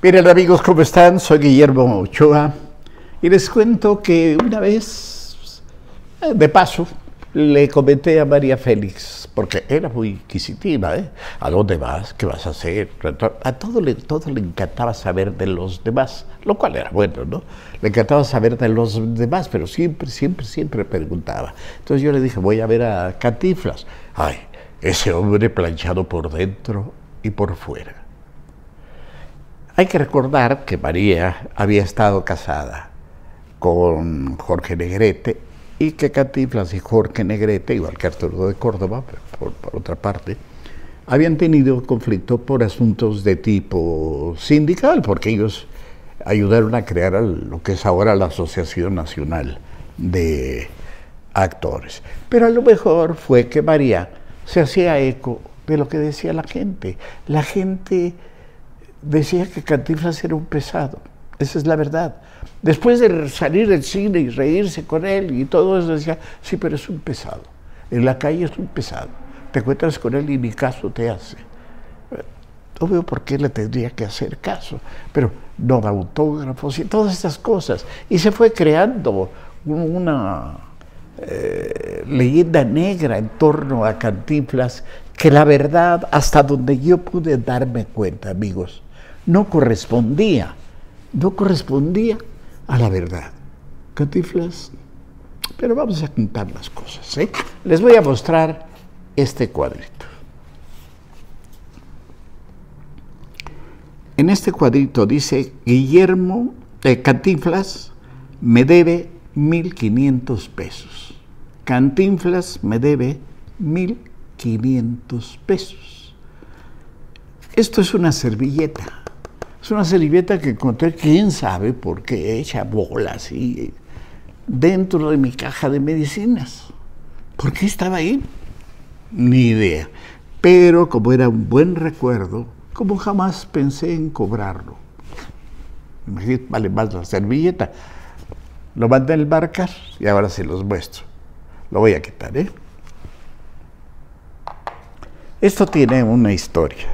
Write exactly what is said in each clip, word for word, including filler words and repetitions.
Miren amigos, ¿cómo están? Soy Guillermo Ochoa y les cuento que una vez, de paso, le comenté a María Félix, porque era muy inquisitiva, ¿eh? ¿A dónde vas? ¿Qué vas a hacer? A todo le, todo le encantaba saber de los demás, lo cual era bueno, ¿no? Le encantaba saber de los demás, pero siempre, siempre, siempre preguntaba. Entonces yo le dije, voy a ver a Cantinflas. Ay, ese hombre planchado por dentro y por fuera. Hay que recordar que María había estado casada con Jorge Negrete y que Cantinflas y Jorge Negrete, igual que Arturo de Córdoba, por, por otra parte, habían tenido conflicto por asuntos de tipo sindical, porque ellos ayudaron a crear lo que es ahora la Asociación Nacional de Actores. Pero a lo mejor fue que María se hacía eco de lo que decía la gente. La gente decía que Cantinflas era un pesado, esa es la verdad. Después de salir del cine y reírse con él y todo eso, decía, sí, pero es un pesado. En la calle es un pesado. Te encuentras con él y ni caso te hace. No veo por qué le tendría que hacer caso, pero no da autógrafos y todas estas cosas. Y se fue creando una eh, leyenda negra en torno a Cantinflas que la verdad, hasta donde yo pude darme cuenta, amigos, no correspondía, no correspondía a la verdad. Cantinflas, pero vamos a contar las cosas, ¿eh? Les voy a mostrar este cuadrito. En este cuadrito dice, Guillermo, eh, Cantinflas me debe mil quinientos pesos. Cantinflas me debe mil quinientos pesos. Esto es una servilleta. Es una servilleta que encontré, quién sabe por qué, hecha bolas y dentro de mi caja de medicinas. ¿Por qué estaba ahí? Ni idea. Pero como era un buen recuerdo, como jamás pensé en cobrarlo. Imagínate, vale más la servilleta. Lo mandé a embarcar y ahora se los muestro. Lo voy a quitar, ¿eh? Esto tiene una historia.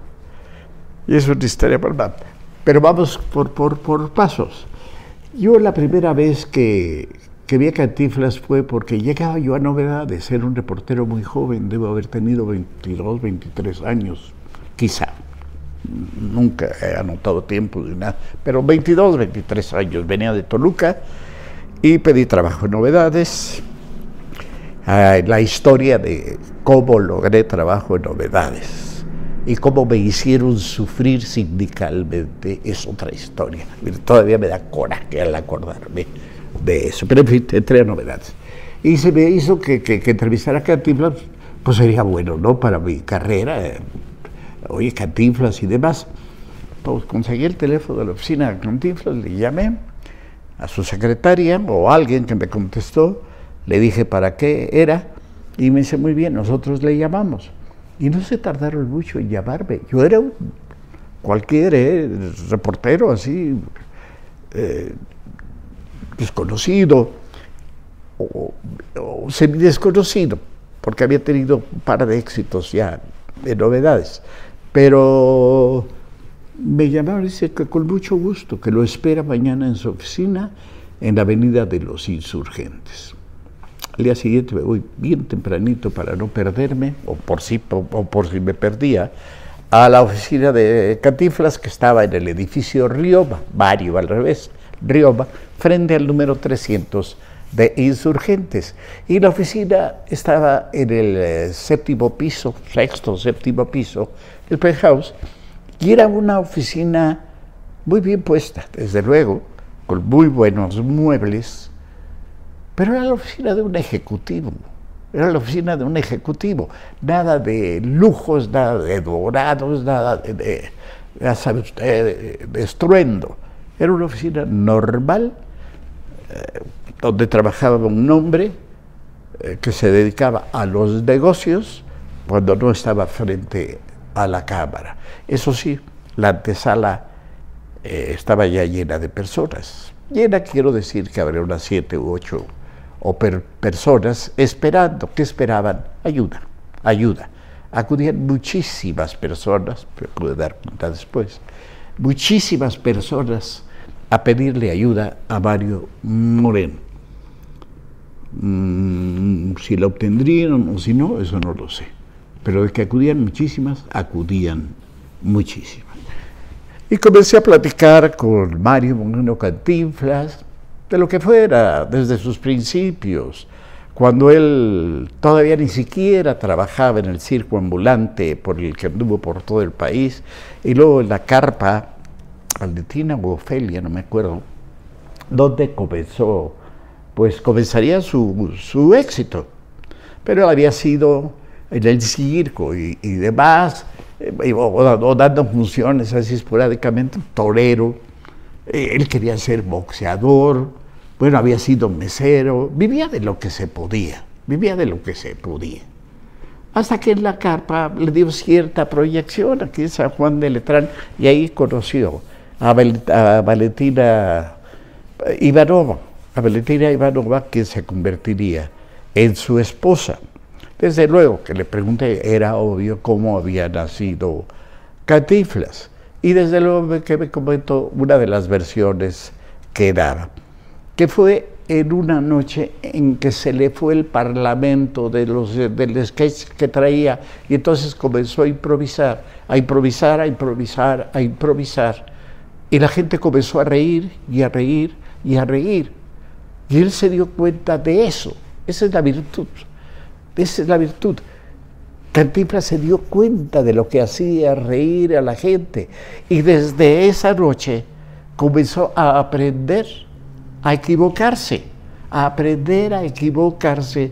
Y es una historia normal. Pero vamos por, por, por pasos. Yo la primera vez que, que vi a Cantinflas fue porque llegaba yo a Novedades, era un reportero muy joven, debo haber tenido veintidós, veintitrés años, quizá. Nunca he anotado tiempo ni nada, pero veintidós, veintitrés años. Venía de Toluca y pedí trabajo en Novedades. Ah, la historia de cómo logré trabajo en Novedades y cómo me hicieron sufrir sindicalmente es otra historia. Todavía me da coraje al acordarme de eso, pero en fin, entré a Novedades. Y se me hizo que, que, que entrevistar a Cantinflas, pues sería bueno, ¿no?, para mi carrera. Eh, oye, Cantinflas y demás. Pues conseguí el teléfono de la oficina de Cantinflas, le llamé a su secretaria o a alguien que me contestó, le dije para qué era y me dice, muy bien, nosotros le llamamos. Y no se tardaron mucho en llamarme. Yo era un cualquier eh, reportero así, eh, desconocido o, o semidesconocido, porque había tenido un par de éxitos ya de Novedades. Pero me llamaron y dice que con mucho gusto, que lo espera mañana en su oficina en la Avenida de los Insurgentes. Al día siguiente me voy bien tempranito para no perderme, o por si, o, o por si me perdía, a la oficina de Cantinflas, que estaba en el edificio Rioba, Mario al revés, Rioba, frente al número trescientos de Insurgentes. Y la oficina estaba en el eh, séptimo piso, sexto, séptimo piso, el penthouse, y era una oficina muy bien puesta, desde luego, con muy buenos muebles, pero era la oficina de un ejecutivo, era la oficina de un ejecutivo, nada de lujos, nada de dorados, nada de, de ya sabe usted, de, de estruendo. Era una oficina normal, eh, donde trabajaba un hombre eh, que se dedicaba a los negocios cuando no estaba frente a la cámara. Eso sí, la antesala eh, estaba ya llena de personas. Llena, quiero decir que habría unas siete u ocho o per personas esperando. ¿Qué esperaban? Ayuda, ayuda. Acudían muchísimas personas, me pude dar cuenta después, muchísimas personas a pedirle ayuda a Mario Moreno. Mm, si la obtendrían o si no, eso no lo sé. Pero de que acudían muchísimas, acudían muchísimas. Y comencé a platicar con Mario Moreno Cantinflas, de lo que fuera, desde sus principios, cuando él todavía ni siquiera trabajaba en el circo ambulante por el que anduvo por todo el país, y luego en la carpa, Valentina o Ofelia, no me acuerdo, donde comenzó, pues comenzaría su, su éxito. Pero él había sido en el circo y, y demás, eh, o, o dando funciones así esporádicamente, torero, eh, él quería ser boxeador, bueno, había sido mesero, vivía de lo que se podía, vivía de lo que se podía. Hasta que en la carpa le dio cierta proyección aquí en San Juan de Letrán, y ahí conoció a, Val a Valentina Ivanova, a Valentina Ivanova, que se convertiría en su esposa. Desde luego que le pregunté, era obvio cómo había nacido Cantinflas, y desde luego que me comentó una de las versiones que daba, que fue en una noche en que se le fue el parlamento de los, del sketch que traía, y entonces comenzó a improvisar, a improvisar, a improvisar, a improvisar, y la gente comenzó a reír, y a reír, y a reír, y él se dio cuenta de eso. Esa es la virtud, esa es la virtud. Cantinflas se dio cuenta de lo que hacía reír a la gente, y desde esa noche comenzó a aprender a equivocarse, a aprender a equivocarse,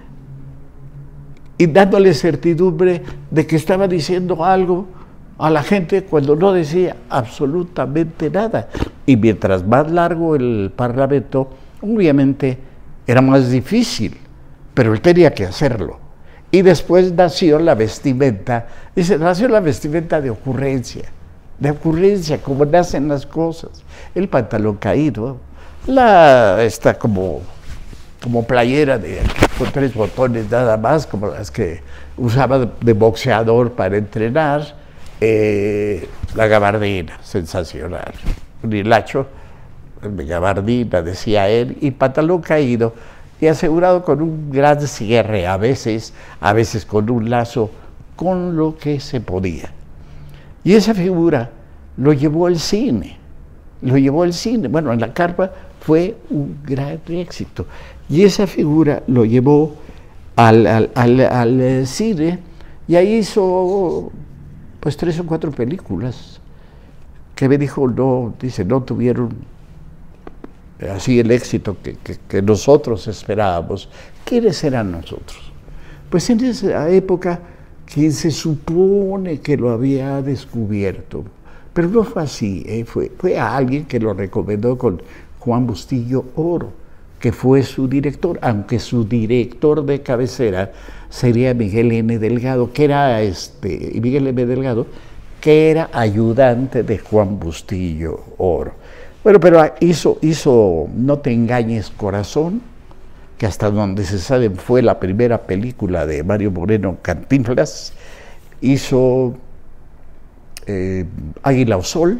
y dándole certidumbre de que estaba diciendo algo a la gente cuando no decía absolutamente nada. Y mientras más largo el parlamento, obviamente era más difícil, pero él tenía que hacerlo. Y después nació la vestimenta, dice, nació la vestimenta de ocurrencia, de ocurrencia, como nacen las cosas. El pantalón caído, la esta como, como playera de, con tres botones nada más, como las que usaba de boxeador para entrenar, eh, la gabardina, sensacional, un hilacho de gabardina, decía él, y pantalón caído, y asegurado con un gran cierre, a veces, a veces con un lazo, con lo que se podía. Y esa figura lo llevó al cine, lo llevó al cine, bueno, en la carpa fue un gran éxito, y esa figura lo llevó al, al, al, al cine, y ahí hizo pues tres o cuatro películas que me dijo, no, dice, no tuvieron así el éxito que, que, que nosotros esperábamos. ¿Quiénes eran nosotros? Pues en esa época quien se supone que lo había descubierto, pero no fue así, ¿eh? fue, fue a alguien que lo recomendó con Juan Bustillo Oro, que fue su director, aunque su director de cabecera sería Miguel N. Delgado, que era este, y Miguel M. Delgado, que era ayudante de Juan Bustillo Oro. Bueno, pero hizo, hizo No te engañes, corazón, que hasta donde se sabe fue la primera película de Mario Moreno Cantinflas. Hizo eh, Águila o Sol,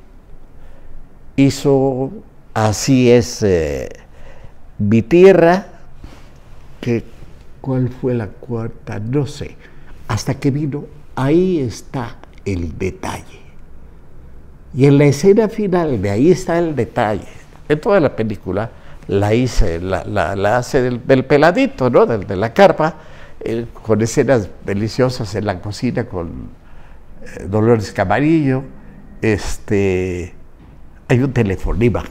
hizo Así es eh, mi tierra, que, ¿cuál fue la cuarta? No sé, hasta que vino Ahí está el detalle. Y en la escena final de Ahí está el detalle, en toda la película, la hice, la, la, la hace del, del peladito, ¿no? Del, de la carpa, eh, con escenas deliciosas en la cocina con eh, Dolores Camarillo. Este, hay un telefonema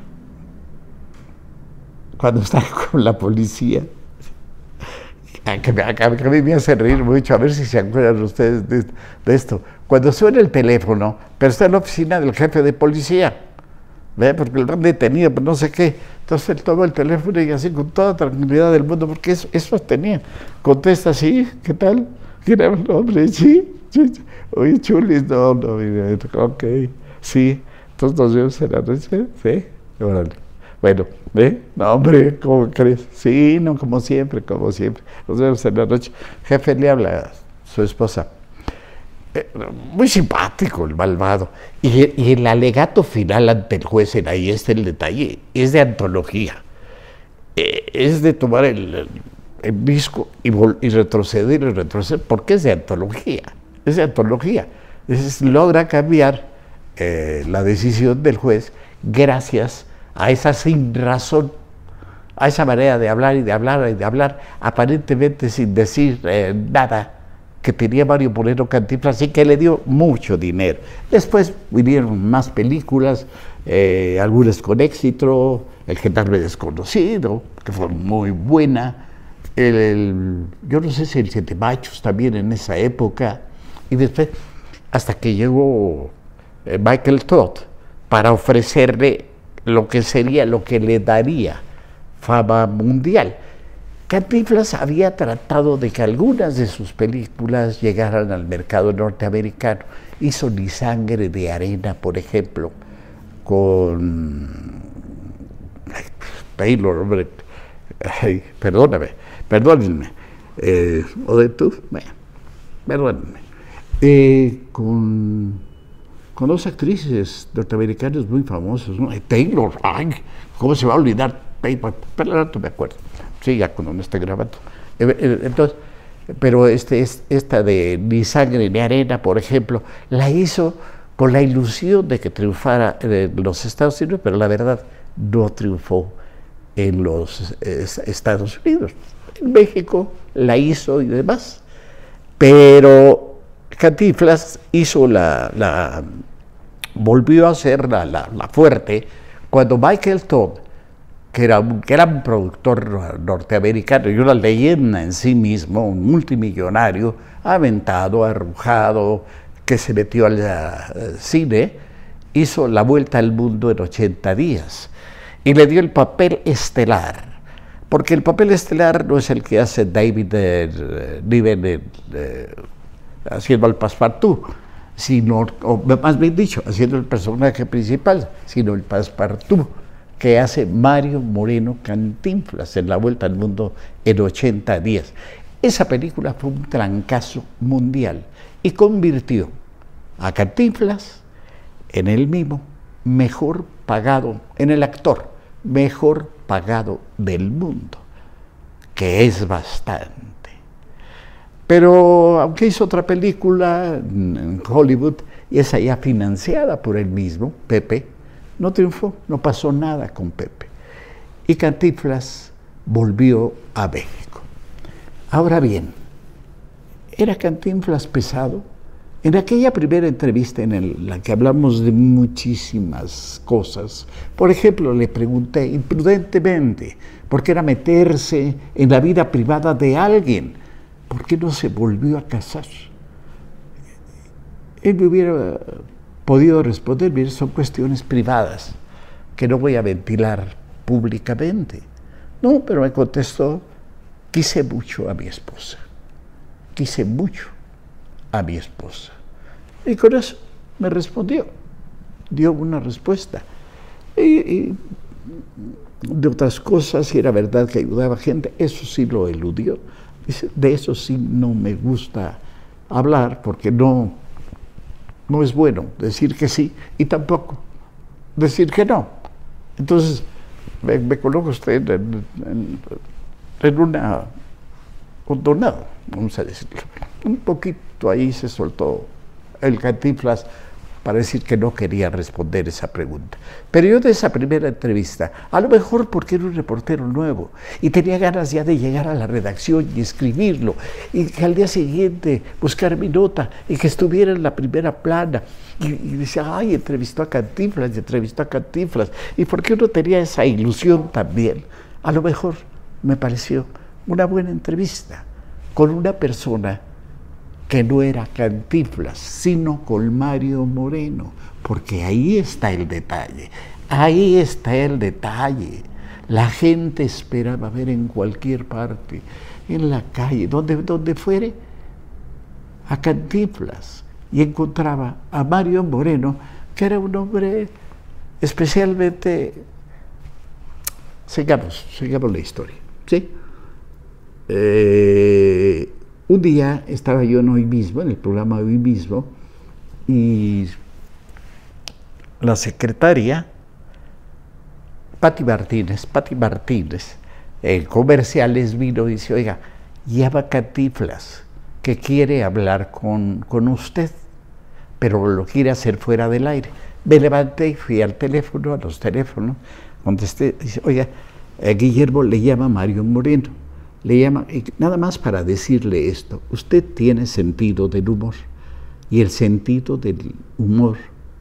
cuando está con la policía, que, me, que a mí me hace reír mucho, a ver si se acuerdan ustedes de, de esto. Cuando suena el teléfono, pero está en la oficina del jefe de policía, ¿ve? Porque lo han detenido, pero no sé qué. Entonces él toma el teléfono y así con toda tranquilidad del mundo, porque eso, eso tenía. Contesta, sí, ¿qué tal? ¿Quién era el nombre? Sí, sí, sí. Oye, Chulis, no, no, mira, ok, sí. Entonces nos vemos en la noche, sí, órale. Bueno, ¿eh? No, hombre, ¿cómo crees? Sí, no, como siempre, como siempre. Nos vemos en la noche. Jefe, le habla a su esposa. eh, muy simpático el malvado. Y, y el alegato final ante el juez, en ahí está el detalle, es de antología. Eh, es de tomar el, el, el disco y, y retroceder y retroceder, porque es de antología. Es de antología. Es, logra cambiar eh, la decisión del juez gracias a esa sin razón, a esa manera de hablar y de hablar y de hablar, aparentemente sin decir eh, nada, que tenía Mario Moreno Cantinflas y que le dio mucho dinero. Después vinieron más películas, eh, algunas con éxito, El gendarme desconocido, que fue muy buena, el, el, yo no sé si el Siete Machos también en esa época, y después hasta que llegó eh, Michael Todd para ofrecerle lo que sería, lo que le daría fama mundial. Cantinflas había tratado de que algunas de sus películas llegaran al mercado norteamericano. Hizo Ni sangre ni arena, por ejemplo, con Taylor, hombre, ay, perdóname, perdónenme, eh, o de tú, bueno, perdónenme, eh, con, con dos actrices norteamericanas muy famosas, ¿no? Taylor, ay, ¿cómo se va a olvidar Taylor? Pero no me acuerdo. Sí, ya cuando no esté grabando. Entonces, pero este, esta de Ni sangre ni arena, por ejemplo, la hizo con la ilusión de que triunfara en los Estados Unidos, pero la verdad no triunfó en los eh, Estados Unidos. En México la hizo y demás, pero Cantinflas hizo la, la volvió a hacer la, la, la fuerte cuando Michael Todd, que era un gran productor norteamericano y una leyenda en sí mismo, un multimillonario, aventado, arrojado, que se metió al uh, cine, hizo La vuelta al mundo en ochenta días y le dio el papel estelar, porque el papel estelar no es el que hace David eh, Niven eh, eh, haciendo al Passepartout, sino, o más bien dicho, haciendo el personaje principal, sino el Passepartout que hace Mario Moreno Cantinflas en La vuelta al mundo en ochenta días. Esa película fue un trancazo mundial y convirtió a Cantinflas en el mimo mejor pagado, en el actor mejor pagado del mundo, que es bastante. Pero aunque hizo otra película en Hollywood, y esa ya financiada por él mismo, Pepe, no triunfó, no pasó nada con Pepe. Y Cantinflas volvió a México. Ahora bien, ¿era Cantinflas pesado? En aquella primera entrevista en el, la que hablamos de muchísimas cosas, por ejemplo, le pregunté imprudentemente por qué era meterse en la vida privada de alguien, por qué no se volvió a casar. Él me hubiera podido responder, bien, son cuestiones privadas que no voy a ventilar públicamente. No, pero me contestó, quise mucho a mi esposa, quise mucho a mi esposa. Y con eso me respondió, dio una respuesta. Y, y de otras cosas, si era verdad que ayudaba a gente, eso sí lo eludió. Dice, de eso sí no me gusta hablar, porque no, no es bueno decir que sí y tampoco decir que no. Entonces, me, me coloca usted en, en, en una condonado, vamos a decirlo. Un poquito ahí se soltó el Cantinflas para decir que no quería responder esa pregunta. Pero yo de esa primera entrevista, a lo mejor porque era un reportero nuevo y tenía ganas ya de llegar a la redacción y escribirlo, y que al día siguiente buscar mi nota y que estuviera en la primera plana, y, y decía, ay, entrevistó a Cantinflas, y entrevistó a Cantinflas, y porque uno tenía esa ilusión también, a lo mejor me pareció una buena entrevista con una persona que no era Cantinflas, sino con Mario Moreno, porque ahí está el detalle, ahí está el detalle. La gente esperaba ver en cualquier parte, en la calle, donde, donde fuere, a Cantinflas, y encontraba a Mario Moreno, que era un hombre especialmente... Sigamos, sigamos la historia, ¿sí? Eh... Un día estaba yo en Hoy Mismo, en el programa Hoy Mismo, y la secretaria, Pati Martínez, Pati Martínez, en comerciales vino y dice, oiga, llama Cantinflas, que quiere hablar con, con usted, pero lo quiere hacer fuera del aire. Me levanté y fui al teléfono, a los teléfonos, contesté, dice, oiga, a Guillermo le llama Mario Moreno, le llama, y nada más para decirle esto, usted tiene sentido del humor, y el sentido del humor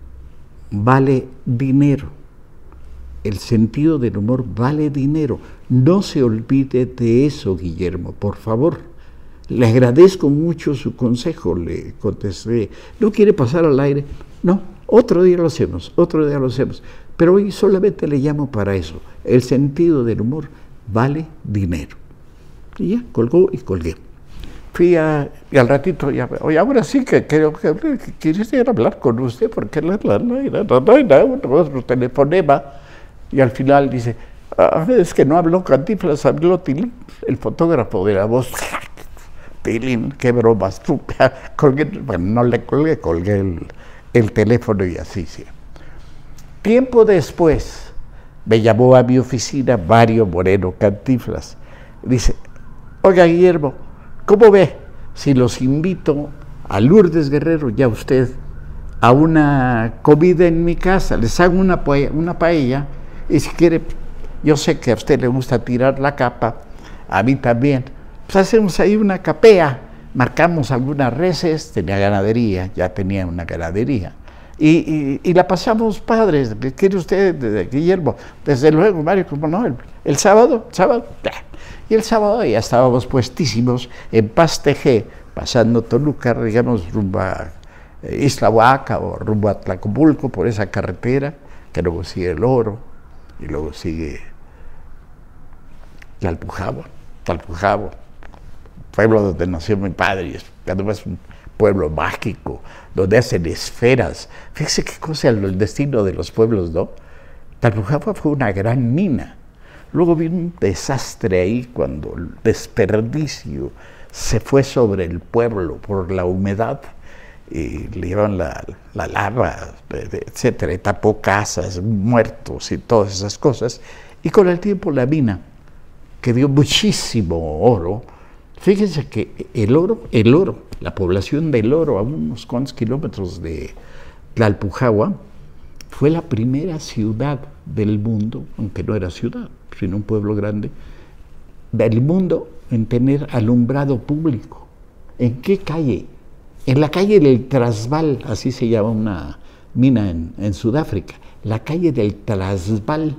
vale dinero. El sentido del humor vale dinero. No se olvide de eso, Guillermo, por favor. Le agradezco mucho su consejo, le contesté. ¿No quiere pasar al aire? No, otro día lo hacemos, otro día lo hacemos. Pero hoy solamente le llamo para eso. El sentido del humor vale dinero. Y ya, colgó y colgué. Fui a, y al ratito, ya, oye, ahora sí que creo que, que, que quisiera hablar con usted, porque la, la, la, la, la, la, la, otro telefonema, y al final dice, ah, es que no habló Cantinflas, habló Tilín, el fotógrafo de La Voz. Tilín, qué bromas, colgué, bueno, no le colgué, colgué el, el teléfono y así, sí. Tiempo después, me llamó a mi oficina Mario Moreno Cantinflas, dice, oiga, Guillermo, ¿cómo ve si los invito a Lourdes Guerrero y a usted a una comida en mi casa? Les hago una, una paella y si quiere, yo sé que a usted le gusta tirar la capa, a mí también, pues hacemos ahí una capea, marcamos algunas reses, tenía ganadería, ya tenía una ganadería, y, y, y la pasamos padres. ¿Qué quiere usted, Guillermo? Desde luego, Mario, ¿cómo no? El, el sábado, sábado, y el sábado ya estábamos puestísimos en Pastejé, pasando Toluca, digamos, rumbo a Isla Huaca o rumbo a Tlacomulco, por esa carretera, que luego sigue El Oro, y luego sigue Tlalpujahua, Tlalpujahua, pueblo donde nació mi padre, además es un pueblo mágico, donde hacen esferas. Fíjese qué cosa el destino de los pueblos, ¿no? Tlalpujahua fue una gran mina. Luego vino un desastre ahí cuando el desperdicio se fue sobre el pueblo por la humedad y le llevaron la, la lava, etcétera, y tapó casas, muertos y todas esas cosas. Y con el tiempo la mina, que dio muchísimo oro, fíjense que el oro, el oro, la población del Oro, a unos cuantos kilómetros de Tlalpujahua, fue la primera ciudad del mundo, aunque no era ciudad, sino un pueblo grande, del mundo en tener alumbrado público. ¿En qué calle? En la calle del Transvaal, así se llama una mina en, en Sudáfrica, la calle del Transvaal.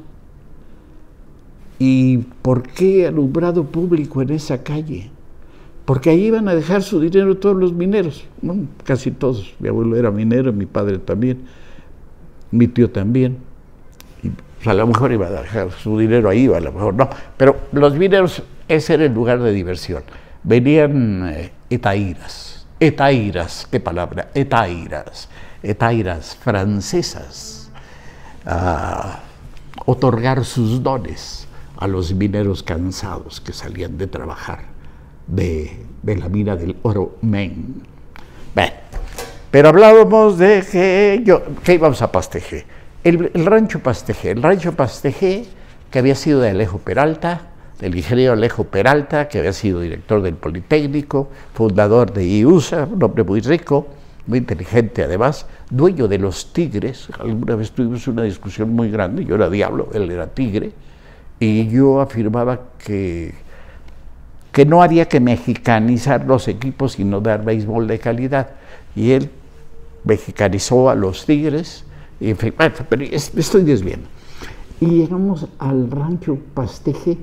¿Y por qué alumbrado público en esa calle? Porque ahí iban a dejar su dinero todos los mineros, bueno, casi todos. Mi abuelo era minero, mi padre también, mi tío también. Y, pues, a lo mejor iba a dejar su dinero ahí, a lo mejor no. Pero los mineros, ese era el lugar de diversión. Venían eh, etairas, etairas, qué palabra, etairas, etairas francesas, a otorgar sus dones a los mineros cansados que salían de trabajar de, de la mina del oro Maine. Bueno, pero hablábamos de que, yo, que íbamos a Pastejé. El, el rancho Pastejé, el rancho Pastejé, que había sido de Alejo Peralta, del ingeniero Alejo Peralta, que había sido director del Politécnico, fundador de I U S A, un hombre muy rico, muy inteligente además, dueño de los tigres. Alguna vez tuvimos una discusión muy grande, yo era diablo, él era tigre, y yo afirmaba que, que no había que mexicanizar los equipos, sino dar béisbol de calidad. Y él mexicanizó a los tigres, y en fin, bueno, pero estoy desviando. Y llegamos al rancho Pastejé,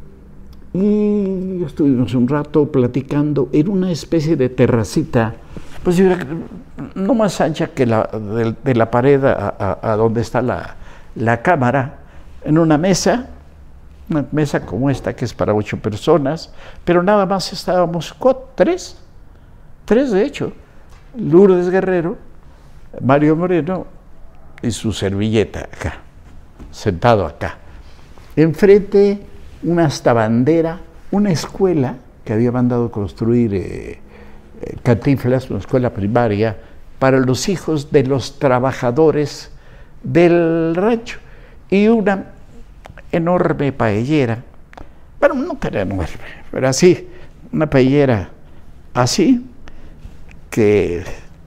y estuvimos un rato platicando en una especie de terracita, pues no más ancha que la de, de la pared a, a, a donde está la, la cámara, en una mesa, una mesa como esta que es para ocho personas, pero nada más estábamos tres, tres de hecho, Lourdes Guerrero, Mario Moreno y su servilleta acá, sentado acá. Enfrente una hasta bandera, una escuela que había mandado construir eh, eh, Cantinflas, una escuela primaria, para los hijos de los trabajadores del rancho. Y una enorme paellera, bueno, no tan enorme, pero así, una paellera así, que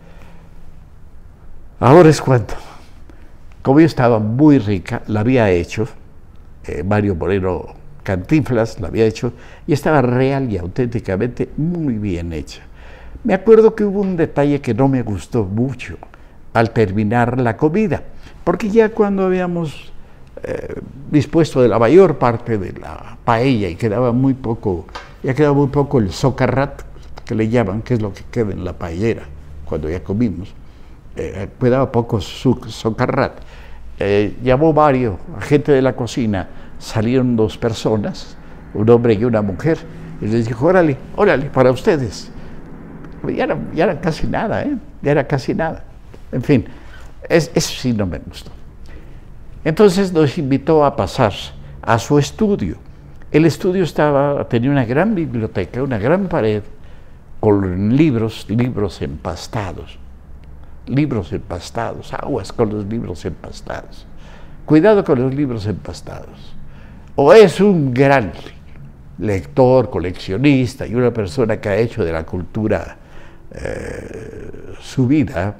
ahora es cuando, como yo estaba muy rica, la había hecho, eh, Mario Moreno Cantinflas la había hecho, y estaba real y auténticamente muy bien hecha. Me acuerdo que hubo un detalle que no me gustó mucho al terminar la comida, porque ya cuando habíamos eh, dispuesto de la mayor parte de la paella y quedaba muy poco, ya quedaba muy poco el socarrat, que le llaman, que es lo que queda en la paellera cuando ya comimos, eh, quedaba poco su, socarrat. Eh, llamó Mario, gente de la cocina, salieron dos personas, un hombre y una mujer, y les dijo, órale, órale, para ustedes. Ya era, ya era casi nada, ¿eh? Ya era casi nada. En fin, es, eso sí no me gustó. Entonces nos invitó a pasar a su estudio. El estudio estaba, tenía una gran biblioteca, una gran pared, con libros, libros empastados. Libros empastados, aguas con los libros empastados. Cuidado con los libros empastados. O es un gran lector, coleccionista y una persona que ha hecho de la cultura eh, su vida,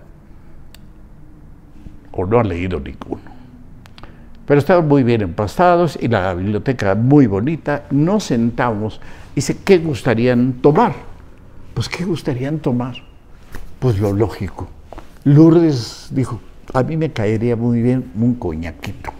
o no ha leído ninguno. Pero estaban muy bien empastados y la biblioteca muy bonita. Nos sentamos y dice, ¿qué gustarían tomar? Pues, ¿qué gustarían tomar? Pues lo lógico. Lourdes dijo, a mí me caería muy bien un coñaquito.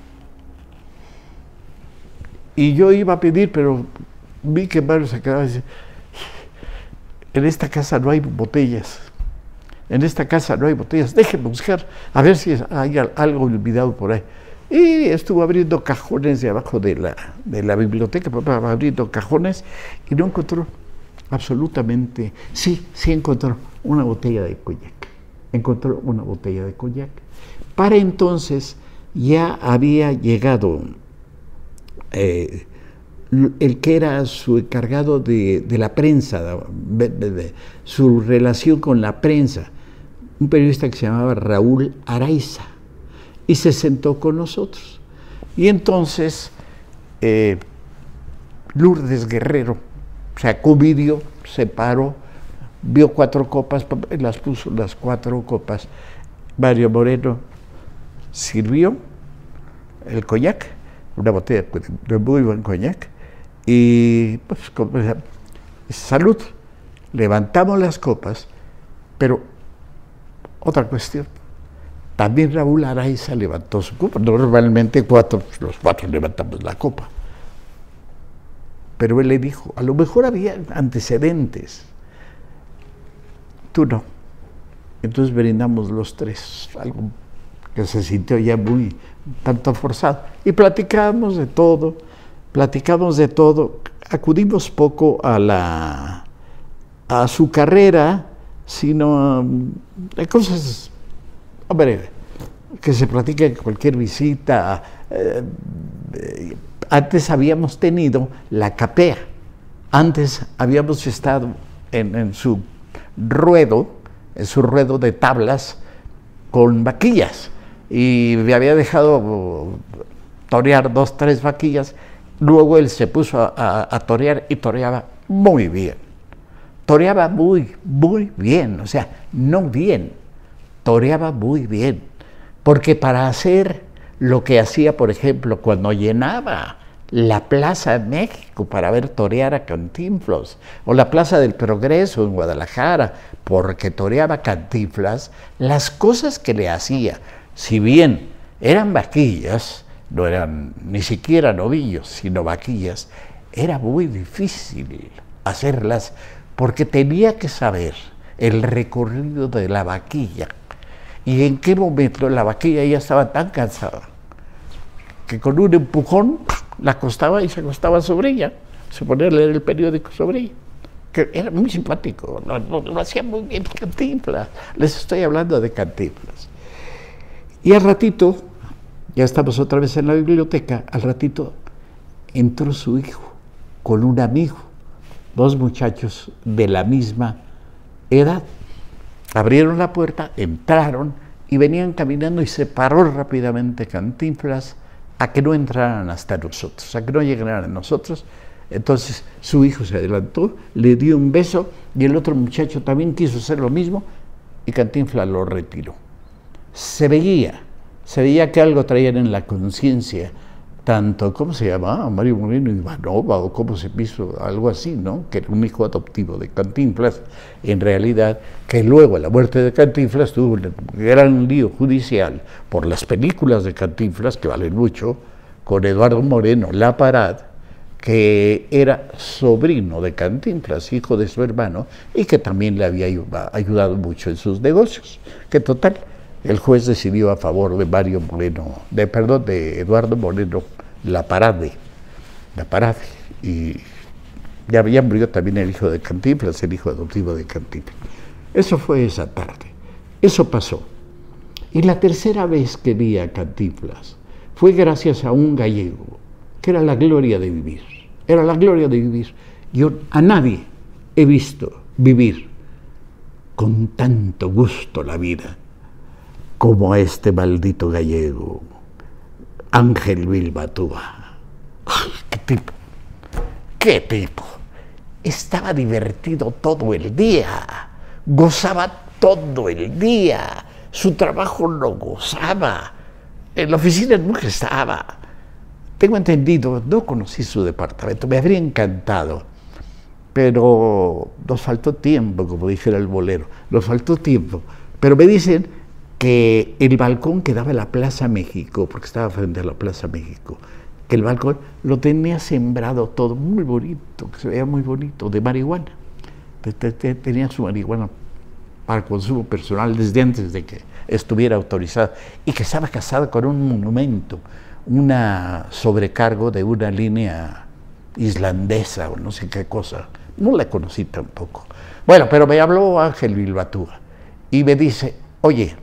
Y yo iba a pedir, pero vi que Mario se quedaba y dice, en esta casa no hay botellas, en esta casa no hay botellas, déjenme buscar, a ver si hay algo olvidado por ahí. Y estuvo abriendo cajones de abajo de la, de la biblioteca, abriendo cajones, y no encontró absolutamente, sí, sí encontró una botella de coñac, encontró una botella de coñac. Para entonces ya había llegado eh, el que era su encargado de, de la prensa, de, de, de, su relación con la prensa, un periodista que se llamaba Raúl Araiza, y se sentó con nosotros. Y entonces eh, Lourdes Guerrero se acudió, se paró, vio cuatro copas, las puso las cuatro copas. Mario Moreno sirvió el coñac, una botella de muy buen coñac, y pues, salud, levantamos las copas, pero otra cuestión, también Raúl Araiza levantó su copa, normalmente cuatro, los cuatro levantamos la copa, pero él le dijo, a lo mejor había antecedentes, tú no. Entonces brindamos los tres, algo que se sintió ya muy tanto forzado, y platicamos de todo, platicamos de todo, acudimos poco a la a su carrera, sino de cosas, hombre, que se platica en cualquier visita. Eh, eh, antes habíamos tenido la capea, antes habíamos estado en, en su ruedo, en su ruedo de tablas con vaquillas, y me había dejado torear dos, tres vaquillas. Luego él se puso a, a, a torear y toreaba muy bien. Toreaba muy, muy bien, o sea, no bien, toreaba muy bien. Porque para hacer lo que hacía, por ejemplo, cuando llenaba la Plaza de México para ver torear a Cantinflas, o la Plaza del Progreso en Guadalajara, porque toreaba Cantinflas, las cosas que le hacía, si bien eran vaquillas, no eran ni siquiera novillos, sino vaquillas, era muy difícil hacerlas, porque tenía que saber el recorrido de la vaquilla, y en qué momento la vaquilla ya estaba tan cansada, que con un empujón la acostaba y se acostaba sobre ella, se ponía a leer el periódico sobre ella, que era muy simpático, lo, lo, lo hacía muy bien Cantinflas, les estoy hablando de Cantinflas. Y al ratito, ya estamos otra vez en la biblioteca, al ratito entró su hijo con un amigo, dos muchachos de la misma edad. Abrieron la puerta, entraron y venían caminando y se paró rápidamente Cantinflas a que no entraran hasta nosotros, a que no llegaran a nosotros. Entonces su hijo se adelantó, le dio un beso y el otro muchacho también quiso hacer lo mismo y Cantinflas lo retiró. Se veía, se veía que algo traían en la conciencia, tanto, ¿cómo se llamaba? Mario Moreno Ivanova, o cómo se hizo, algo así, ¿no? Que era un hijo adoptivo de Cantinflas, en realidad, que luego a la muerte de Cantinflas tuvo un gran lío judicial por las películas de Cantinflas, que valen mucho, con Eduardo Moreno La Parad, que era sobrino de Cantinflas, hijo de su hermano, y que también le había ayudado mucho en sus negocios. Que total, el juez decidió a favor de Mario Moreno, de perdón, de Eduardo Moreno La Parade, La Parade, y ya había murió también el hijo de Cantinflas, el hijo adoptivo de Cantinflas. Eso fue esa tarde, eso pasó. Y la tercera vez que vi a Cantinflas fue gracias a un gallego, que era la gloria de vivir, era la gloria de vivir. Yo a nadie he visto vivir con tanto gusto la vida como a este maldito gallego, Ángel Bilbatúa. ¡Ay, qué tipo! ¡Qué tipo! Estaba divertido todo el día, gozaba todo el día, su trabajo lo gozaba, en la oficina nunca estaba. Tengo entendido, no conocí su departamento, me habría encantado, pero nos faltó tiempo, como dijera el bolero, nos faltó tiempo. Pero me dicen que el balcón que daba a la Plaza México, porque estaba frente a la Plaza México, que el balcón lo tenía sembrado todo, muy bonito, que se veía muy bonito, de marihuana. Tenía su marihuana para consumo personal desde antes de que estuviera autorizada, y que estaba casada con un monumento, una sobrecargo de una línea islandesa o no sé qué cosa. No la conocí tampoco. Bueno, pero me habló Ángel Bilbatúa y me dice, oye,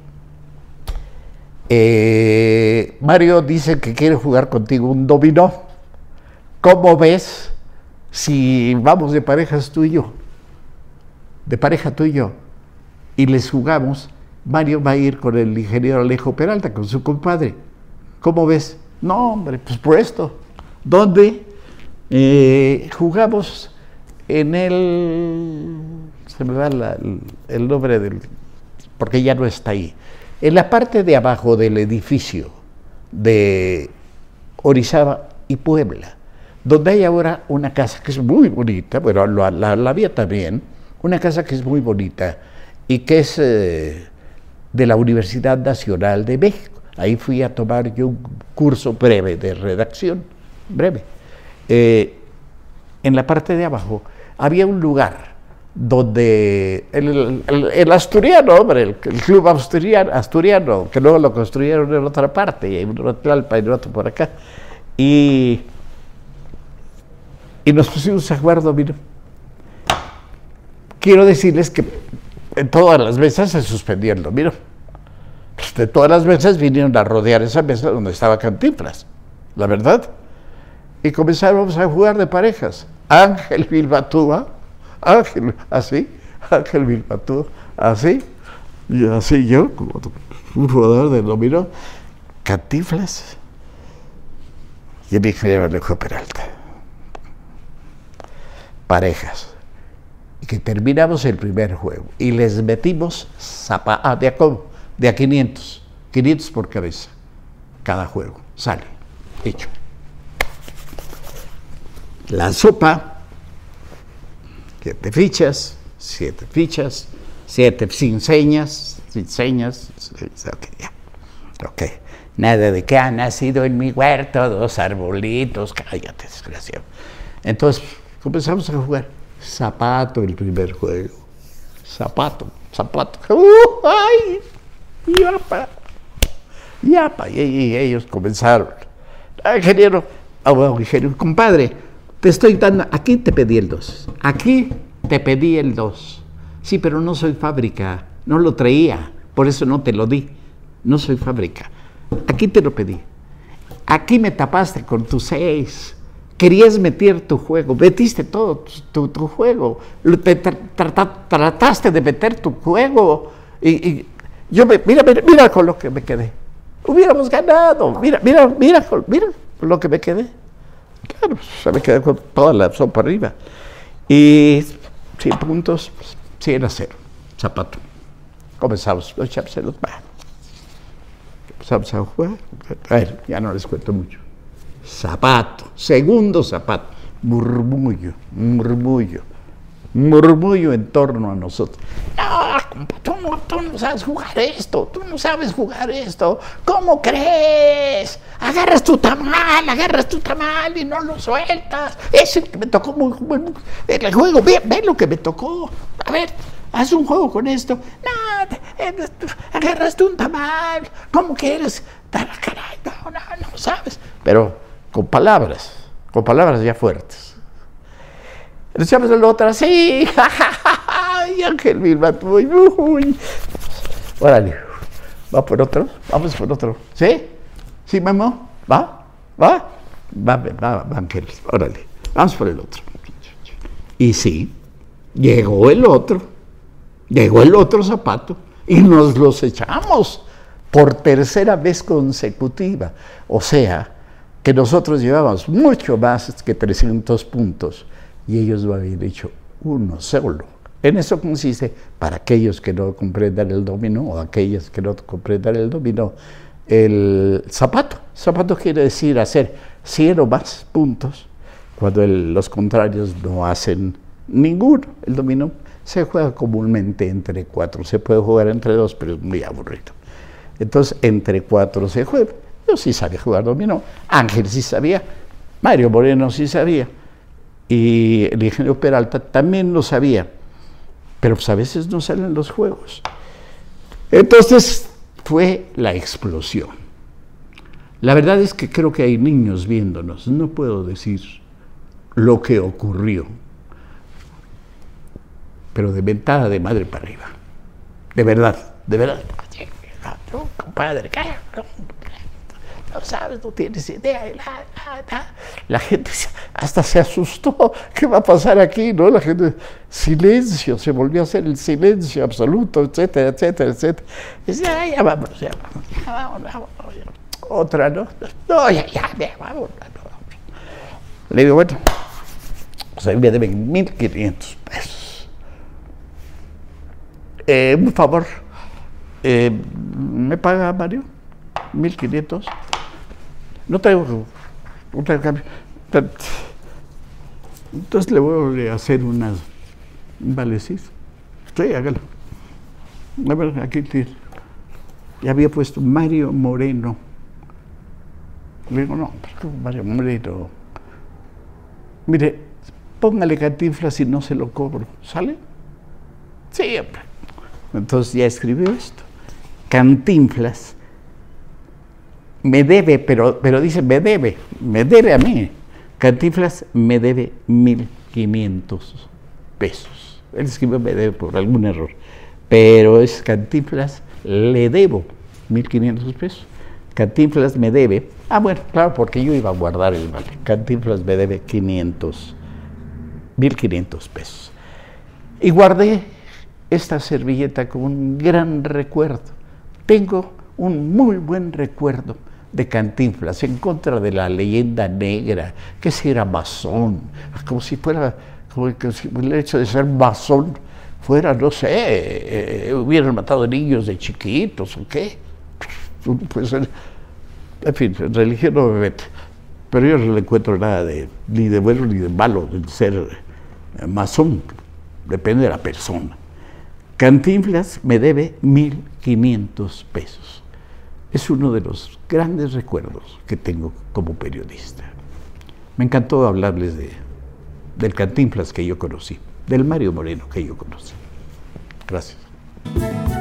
Eh, Mario dice que quiere jugar contigo un dominó. ¿Cómo ves si vamos de parejas tú y yo? De pareja tú y yo. Y les jugamos. Mario va a ir con el ingeniero Alejo Peralta, con su compadre. ¿Cómo ves? No, hombre, pues puesto. ¿Dónde? Eh, jugamos en el... Se me da la, el, el nombre del... porque ya no está ahí. En la parte de abajo del edificio de Orizaba y Puebla, donde hay ahora una casa que es muy bonita, bueno, la, la, la había también, una casa que es muy bonita y que es eh, de la Universidad Nacional de México. Ahí fui a tomar yo un curso breve de redacción, breve. Eh, en la parte de abajo había un lugar donde el, el, el asturiano, hombre, el, el club asturiano, asturiano, que luego lo construyeron en otra parte, en otro Tlalpa y en otro por acá, y, y nos pusimos a jugar dominó. Quiero decirles que en todas las mesas se suspendía el dominó. De todas las mesas vinieron a rodear esa mesa donde estaba Cantinflas, la verdad, y comenzamos a jugar de parejas. Ángel Bilbatúa, Ángel, así, Ángel Bilbatúa, así, y así yo, como un jugador de dominó, Cantinflas y el ingeniero Alejo Peralta. Parejas. Y que terminamos el primer juego y les metimos zapa, ah, de, a, de a quinientos, quinientos por cabeza, cada juego, sale, hecho. La sopa, siete fichas, siete fichas, siete sin señas, sin señas, ok, ya, ok. Nada de que ha nacido en mi huerto dos arbolitos, cállate, desgraciado. Entonces comenzamos a jugar. Zapato el primer juego. Zapato, zapato. Uh, ¡Ay! ¡Yapa! ¡Yapa! Y, y ellos comenzaron. Ah, ingeniero, oh, ingeniero, compadre, te estoy dando, aquí te pedí el dos. Aquí te pedí el dos. Sí, pero no soy fábrica, no lo traía, por eso no te lo di. No soy fábrica. Aquí te lo pedí. Aquí me tapaste con tu seis. querías meter tu juego, metiste todo tu, tu, tu juego, te tra, tra, tra, trataste de meter tu juego y, y yo me, mira, mira, mira con lo que me quedé. Hubiéramos ganado, mira, mira, mira, mira con lo que me quedé. Claro, se me quedé con toda la sopa arriba. Y cien puntos, cien a cero, Zapato. Comenzamos, los chaps se los van. Empezamos a jugar. A ver, ya no les cuento mucho. Zapato, segundo Zapato, murmullo, murmullo, murmullo en torno a nosotros. No, tú no, tú no sabes jugar esto, tú no sabes jugar esto, ¿cómo crees? Agarras tu tamal, agarras tu tamal y no lo sueltas. Ese que me tocó muy, muy, muy el juego, ve, ve lo que me tocó. A ver, haz un juego con esto. No, eh, agarraste un tamal, ¿cómo quieres? Caray, no, no, no sabes. Pero con palabras, con palabras ya fuertes. Decíamos el otro, sí, y Ángel Vilma, uy, uy. Órale, ¿va por otro? Vamos por otro. ¿Sí? ¿Sí, Memo? ¿Va? ¿Va? Va, va, va, Ángel, órale, vamos por el otro. Y sí, llegó el otro, llegó el otro Zapato y nos los echamos por tercera vez consecutiva. O sea, que nosotros llevábamos mucho más que trescientos puntos y ellos lo habían hecho uno solo. En eso consiste, para aquellos que no comprendan el dominó o aquellas que no comprendan el dominó, el zapato. Zapato quiere decir hacer cien o más puntos cuando el, los contrarios no hacen ninguno. El dominó se juega comúnmente entre cuatro, se puede jugar entre dos, pero es muy aburrido. Entonces, entre cuatro se juega. Yo sí sabía jugar dominó, Ángel sí sabía, Mario Moreno sí sabía, y el ingeniero Peralta también lo sabía, pero pues a veces no salen los juegos. Entonces fue la explosión. La verdad es que creo que hay niños viéndonos, no puedo decir lo que ocurrió, pero de ventada de madre para arriba, de verdad, de verdad. No, compadre, no sabes, no tienes idea. La, la, la. la gente hasta se asustó. ¿Qué va a pasar aquí? ¿No? La gente, silencio, se volvió a hacer el silencio absoluto, etcétera, etcétera, etcétera. Y dice, ah, ya vamos, ya vamos, ya vamos, ya vamos. Otra, ¿no? No, ya, ya, ya vamos. No. Le digo, bueno, pues a mí me deben mil quinientos pesos. Eh, un favor, eh, ¿me paga Mario? mil quinientos. No traigo, no traigo cambio. Entonces le voy a hacer unas, un valecito. Sí, hágalo. A ver, aquí tiene. Ya había puesto Mario Moreno. Le digo, no, Mario Moreno. Mire, póngale Cantinflas y no se lo cobro. ¿Sale? Sí, hombre. Entonces ya escribió esto. Cantinflas me debe, pero, pero dice me debe, me debe a mí. Cantinflas me debe mil quinientos pesos. Él escribió me debe por algún error, pero es Cantinflas le debo mil quinientos pesos. Cantinflas me debe, ah bueno, claro, porque yo iba a guardar el vale. Cantinflas me debe quinientos, mil quinientos pesos. Y guardé esta servilleta con un gran recuerdo. Tengo un muy buen recuerdo de Cantinflas en contra de la leyenda negra, que si era masón, como si fuera, como que si el hecho de ser masón fuera, no sé, eh, hubieran matado niños de chiquitos o qué. Pues, en fin, en religión no me meto, pero yo no le encuentro nada de, ni de bueno ni de malo de ser eh, masón, depende de la persona. Cantinflas me debe mil quinientos pesos. Es uno de los grandes recuerdos que tengo como periodista. Me encantó hablarles de, del Cantinflas que yo conocí, del Mario Moreno que yo conocí. Gracias.